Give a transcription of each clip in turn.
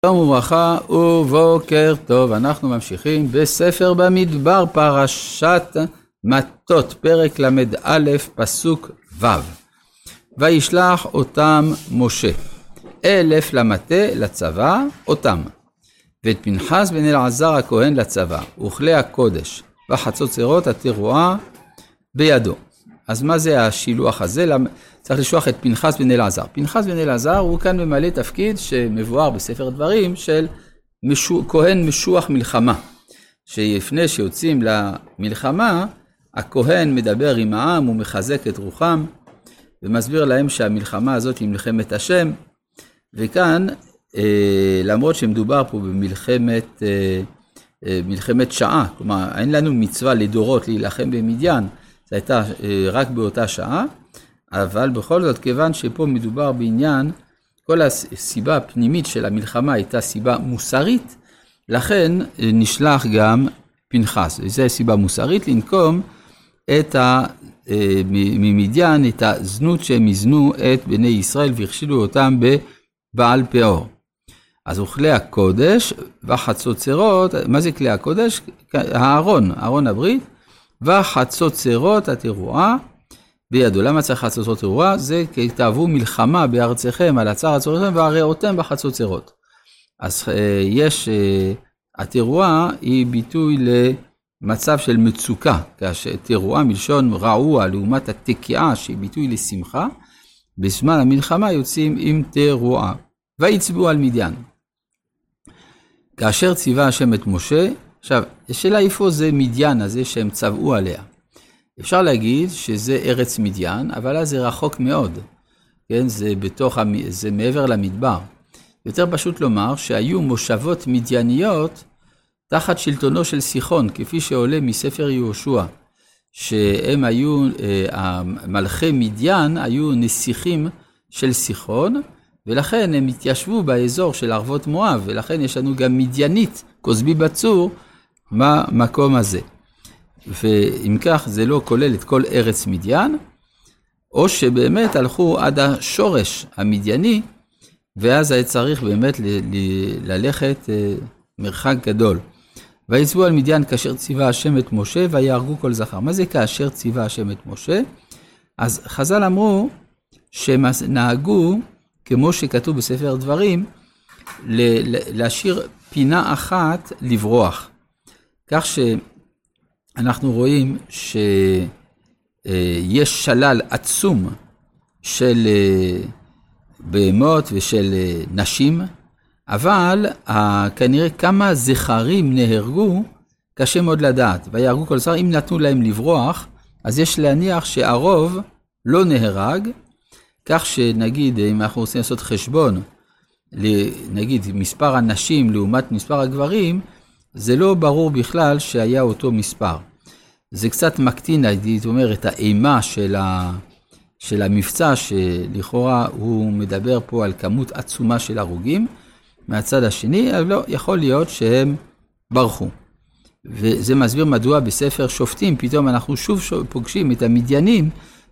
שלום וברכה ובוקר טוב, אנחנו ממשיכים בספר במדבר פרשת מטות, פרק ל"א פסוק ו'. וישלח אותם משה 1000 למטה לצבא אותם, ואת פנחס בן אלעזר הכהן לצבא, וכלי הקודש וחצוצרות התרועה בידו. אז מה זה השילוח הזה? צריך לשלוח את פנחס בן אלעזר. פנחס בן אלעזר הוא כאן ממלא תפקיד שמבואר בספר דברים של כהן משוח מלחמה. שלפני שיוצאים למלחמה, הכהן מדבר עם העם ומחזק את רוחם, ומסביר להם שהמלחמה הזאת היא מלחמת השם. וכאן, למרות שמדובר פה במלחמת שעה, כלומר אין לנו מצווה לדורות להילחם במדיין, זה הייתה רק באותה שעה, אבל בכל זאת, כיוון שפה מדובר בעניין, כל הסיבה הפנימית של המלחמה הייתה סיבה מוסרית, לכן נשלח גם פנחס. וזו סיבה מוסרית לנקום ממדיין את הזנות שהם יזנו את בני ישראל והכשילו אותם בבעל פאור. אז הוא כלי הקודש וחצוצרות, מה זה כלי הקודש? הארון הברית, וחצוצרות התרועה בידו. למה צריך חצוצרות תרועה? זה כי תעבו מלחמה בארציכם על הצער הצורכם והראותם בחצוצרות. אז התרועה היא ביטוי למצב של מצוקה, כאשר תרועה מלשון רעוע לעומת התקיעה שהיא ביטוי לשמחה, בזמן המלחמה יוצאים עם תרועה. ויצבו על מדיין. כאשר ציווה השם את משה, עכשיו, השאלה איפה זה מדיין הזה שהם צבעו עליה. אפשר להגיד שזה ארץ מדיין, אבל אז זה רחוק מאוד. כן? זה מעבר למדבר. יותר פשוט לומר שהיו מושבות מדייניות תחת שלטונו של סיחון, כפי שעולה מספר יהושע, שהם היו, מלכי מדיין היו נסיכים של סיחון, ולכן הם התיישבו באזור של ערבות מואב, ולכן יש לנו גם מדיינית, כוזבי בצור, במקום הזה. ואם כך זה לא כולל את כל ארץ מדיין, או שבאמת הלכו עד השורש המדייני, ואז היה צריך באמת ללכת מרחק גדול. ויצבו על מדיין כאשר ציווה השם את משה, ויהרגו כל זכר. מה זה כאשר ציווה השם את משה? אז חז"ל אמרו שהם נהגו, כמו שכתוב בספר דברים, להשאיר פינה אחת לברוח. כך שאנחנו רואים שיש שלל עצום של בהמות ושל נשים, אבל כנראה כמה זכרים נהרגו, קשה מאוד לדעת. ויהרגו כל זכר, אם נתנו להם לברוח, אז יש להניח שהרוב לא נהרג, כך שנגיד, אם אנחנו רוצים לעשות חשבון, נגיד מספר הנשים לעומת מספר הגברים, זה לא ברור בכלל שהיה אותו מספר. זה קצת מקטין, הייתי אומר, את האימה של המבצע, שלכאורה הוא מדבר פה על כמות עצומה של הרוגים, מהצד השני, אבל לא, יכול להיות שהם ברחו. וזה מסביר מדוע בספר שופטים, פתאום אנחנו שוב פוגשים את המדיינים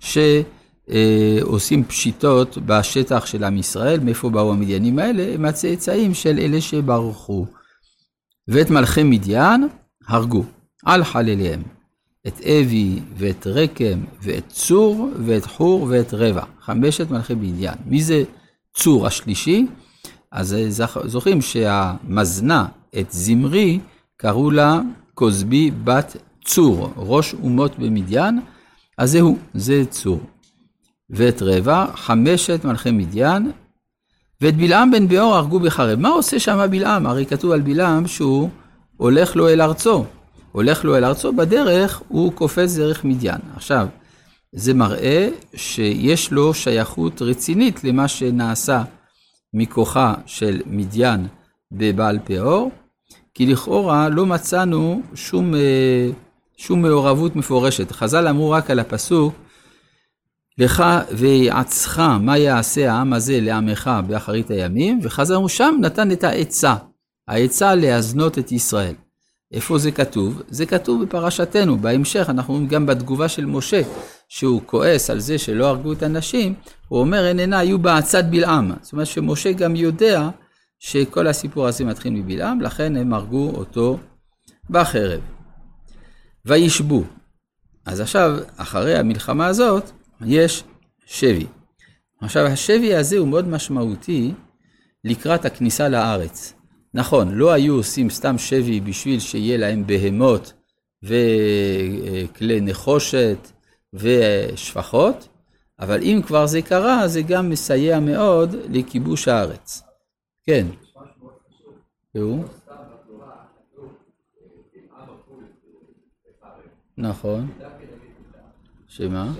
שעושים פשיטות בשטח של עם ישראל. מאיפה באו המדיינים האלה? הם הצאצאים של אלה שברחו. ואת מלכי מדיין הרגו על חלליהם, את אבי ואת רקם ואת צור ואת חור ואת רבע. 5 מלכי מדיין. מי זה צור השלישי? אז זוכרים שהמזנה את זמרי קראו לה כוזבי בת צור, ראש אומות במדיין, אז זה צור. ואת רבע, 5 מלכי מדיין, ואת בלעם בן ביעור הרגו בחרב. מה עושה שם בלעם? הרי כתוב על בלעם שהוא הולך לו אל ארצו. הולך לו אל ארצו, בדרך הוא קופץ דרך מדיין. עכשיו, זה מראה שיש לו שייכות רצינית למה שנעשה מכוחה של מדיין בבעל פאור, כי לכאורה לא מצאנו שום מעורבות מפורשת. חז"ל אמרו רק על הפסוק, לך ויעצך מה יעשה העם הזה לעמך באחרית הימים, וחז"ל אמרו שם נתן את העצה להזנות את ישראל. איפה זה כתוב? זה כתוב בפרשתנו. בהמשך אנחנו רואים גם בתגובה של משה, שהוא כועס על זה שלא הרגו את הנשים, הוא אומר, הנה היו בעצת בלעם. זאת אומרת שמשה גם יודע שכל הסיפור הזה מתחיל מבלעם, לכן הם הרגו אותו בחרב. וישבו. אז עכשיו, אחרי המלחמה הזאת, יש שבי. עכשיו, השבי הזה הוא מאוד משמעותי לקראת הכניסה לארץ. נכון, לא היו עושים סתם שבי בשביל שיהיה להם בהמות וכלי נחושת ושפחות, אבל אם כבר זה קרה, זה גם מסייע מאוד לכיבוש הארץ. כן. והוא? נכון. שמה?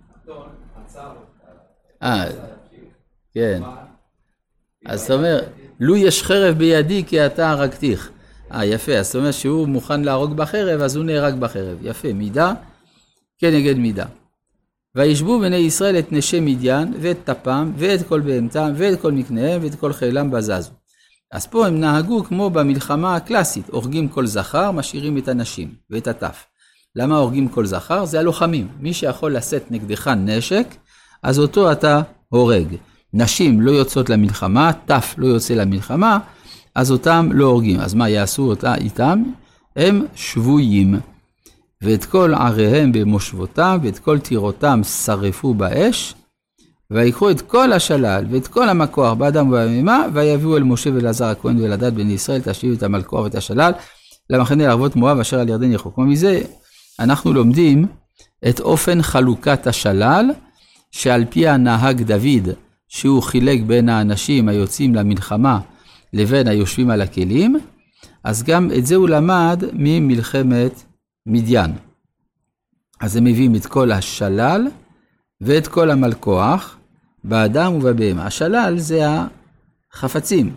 כן. אז זאת אומרת, לו יש חרב בידי כי אתה הרגתיך. יפה, אז זאת אומרת שהוא מוכן להרוג בחרב, אז הוא נהרג בחרב. יפה, מידה כנגד מידה. וישבו בני ישראל את נשי מדיין, ואת טפם, ואת כל בהמתם, ואת כל מקניהם, ואת כל חילם בזזו. אז פה הם נהגו כמו במלחמה הקלאסית, הורגים כל זכר, משאירים את הנשים ואת הטף. למה הורגים כל זכר? זה הלוחמים. מי שיכול לשאת נגדך נשק, אז אותו אתה הורג. נשים לא יוצאות למלחמה, טף לא יוצא למלחמה, אז אותם לא הורגים. אז מה יעשו אותה איתם? הם שבויים. ואת כל עריהם במושבותם, ואת כל טירותם שרפו באש, ויקחו את כל השלל, ואת כל המקוח באדם ובהמה, ויביאו אל משה ואלעזר הכהן ואל עדת בני ישראל, תשיבו את המלכוח ואת השלל, למחנה לערבות מואב אשר על ירדן ירחוק. מזה אנחנו לומדים את אופן חלוקת השלל, שעל פי הנהג דוד, שהוא חילק בין האנשים היוצאים למלחמה, לבין היושבים על הכלים, אז גם את זה הוא למד ממלחמת מדיין. אז הם מביאים את כל השלל ואת כל המלכוח באדם ובבהמה. השלל זה החפצים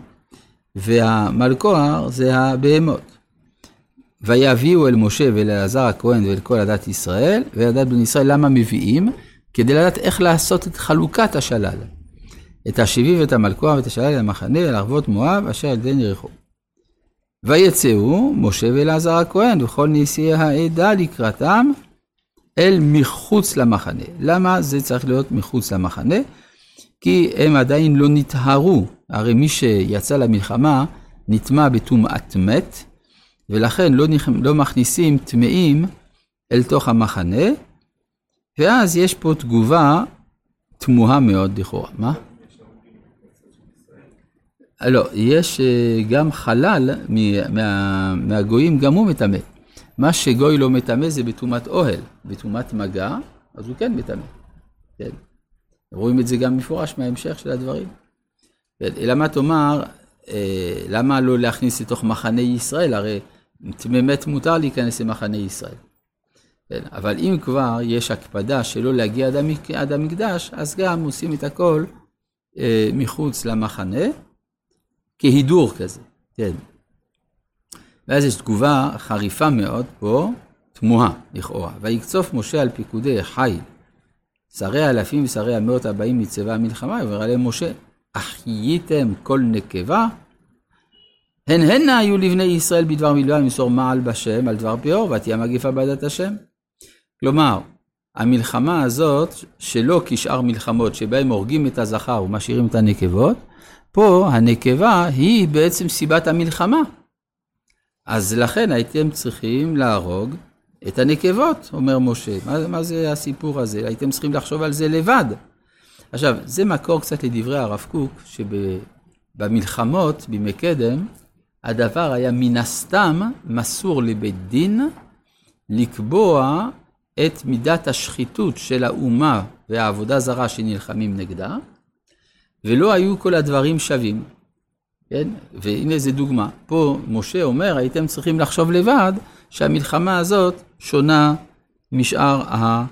והמלכוח זה הבהמות. ויביאו אל משה ואל אלעזר הכהן ואל כל עדת ישראל, ועדת בני ישראל למה מביאים? כדי לדעת איך לעשות את חלוקת השלל. את השבי ואת המלכוח ואת השלל למחנה אל ערבות מואב אשר על ירדן יריחו. ויצאו משה ואלעזר הכהן וכל נשיאי העדה לקראתם אל מחוץ למחנה. למה זה צריך להיות מחוץ למחנה? כי הם עדיין לא נטהרו. הרי מי שיצא למלחמה נטמע בטומאת מת, ולכן לא מכניסים טמאים אל תוך המחנה, ואז יש פה תגובה תמוהה מאוד לכאורה. מה? לא, יש גם חלל מהגויים, גם הוא מטמא. מה שגוי לא מטמא זה בטומאת אוהל, בטומאת מגע, אז הוא כן מטמא. כן. רואים את זה גם מפורש מההמשך של הדברים. אלא מה תאמר, למה לא להכניס לתוך מחנה ישראל? הרי באמת מותר להיכנס למחנה ישראל. כן. אבל אם כבר יש הקפדה שלא להגיע עד המקדש, אז גם עושים את הכל מחוץ למחנה, כהידור כזה, כן. ואז יש תגובה חריפה מאוד פה, תמוהה לכאורה. ויקצוף משה על פיקודי חיל, שרי האלפים ושרי המאות הבאים מצבא המלחמה, ואומר עליהם משה, אחייתם כל נקבה, הן היו לבני ישראל בדבר מלווה, למסור מעל בשם על דבר פיור, ותהיה מגיפה בעדת השם. כלומר, המלחמה הזאת, שלא כשאר מלחמות, שבהם הורגים את הזכר ומשאירים את הנקבות, פה הנקבה היא בעצם סיבת המלחמה. אז לכן הייתם צריכים להרוג את הנקבות, אומר משה. מה זה הסיפור הזה? הייתם צריכים לחשוב על זה לבד. עכשיו, זה מקור קצת לדברי הרב קוק, שבמלחמות, בימי קדם, הדבר היה מן הסתם מסור לבית דין לקבוע את מידת השחיתות של האומה והעבודה זרה שנלחמים נגדה, ולא היו כל הדברים שווים. כן? והנה זה דוגמה. פה משה אומר, הייתם צריכים לחשוב לבד שהמלחמה הזאת שונה משאר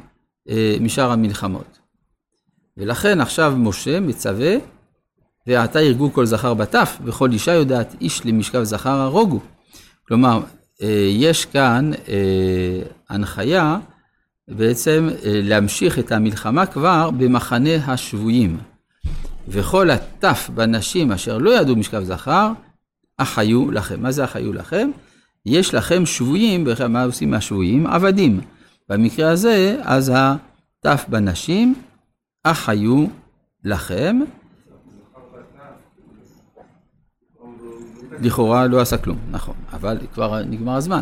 המלחמות. ולכן עכשיו משה מצווה, ועתה ירגו כל זכר בטף, וכל אישה יודעת איש למשכב זכר הרוגו. כלומר, יש כאן הנחיה בעצם להמשיך את המלחמה כבר במחנה השבויים. וכל הטף בנשים אשר לא ידעו משכב זכר, אחיו לכם. מה זה אחיו לכם? יש לכם שבויים, מה עושים מהשבויים? עבדים. במקרה הזה, אז הטף בנשים, אחיו לכם. לכאורה לא עשה כלום, נכון, אבל כבר נגמר הזמן.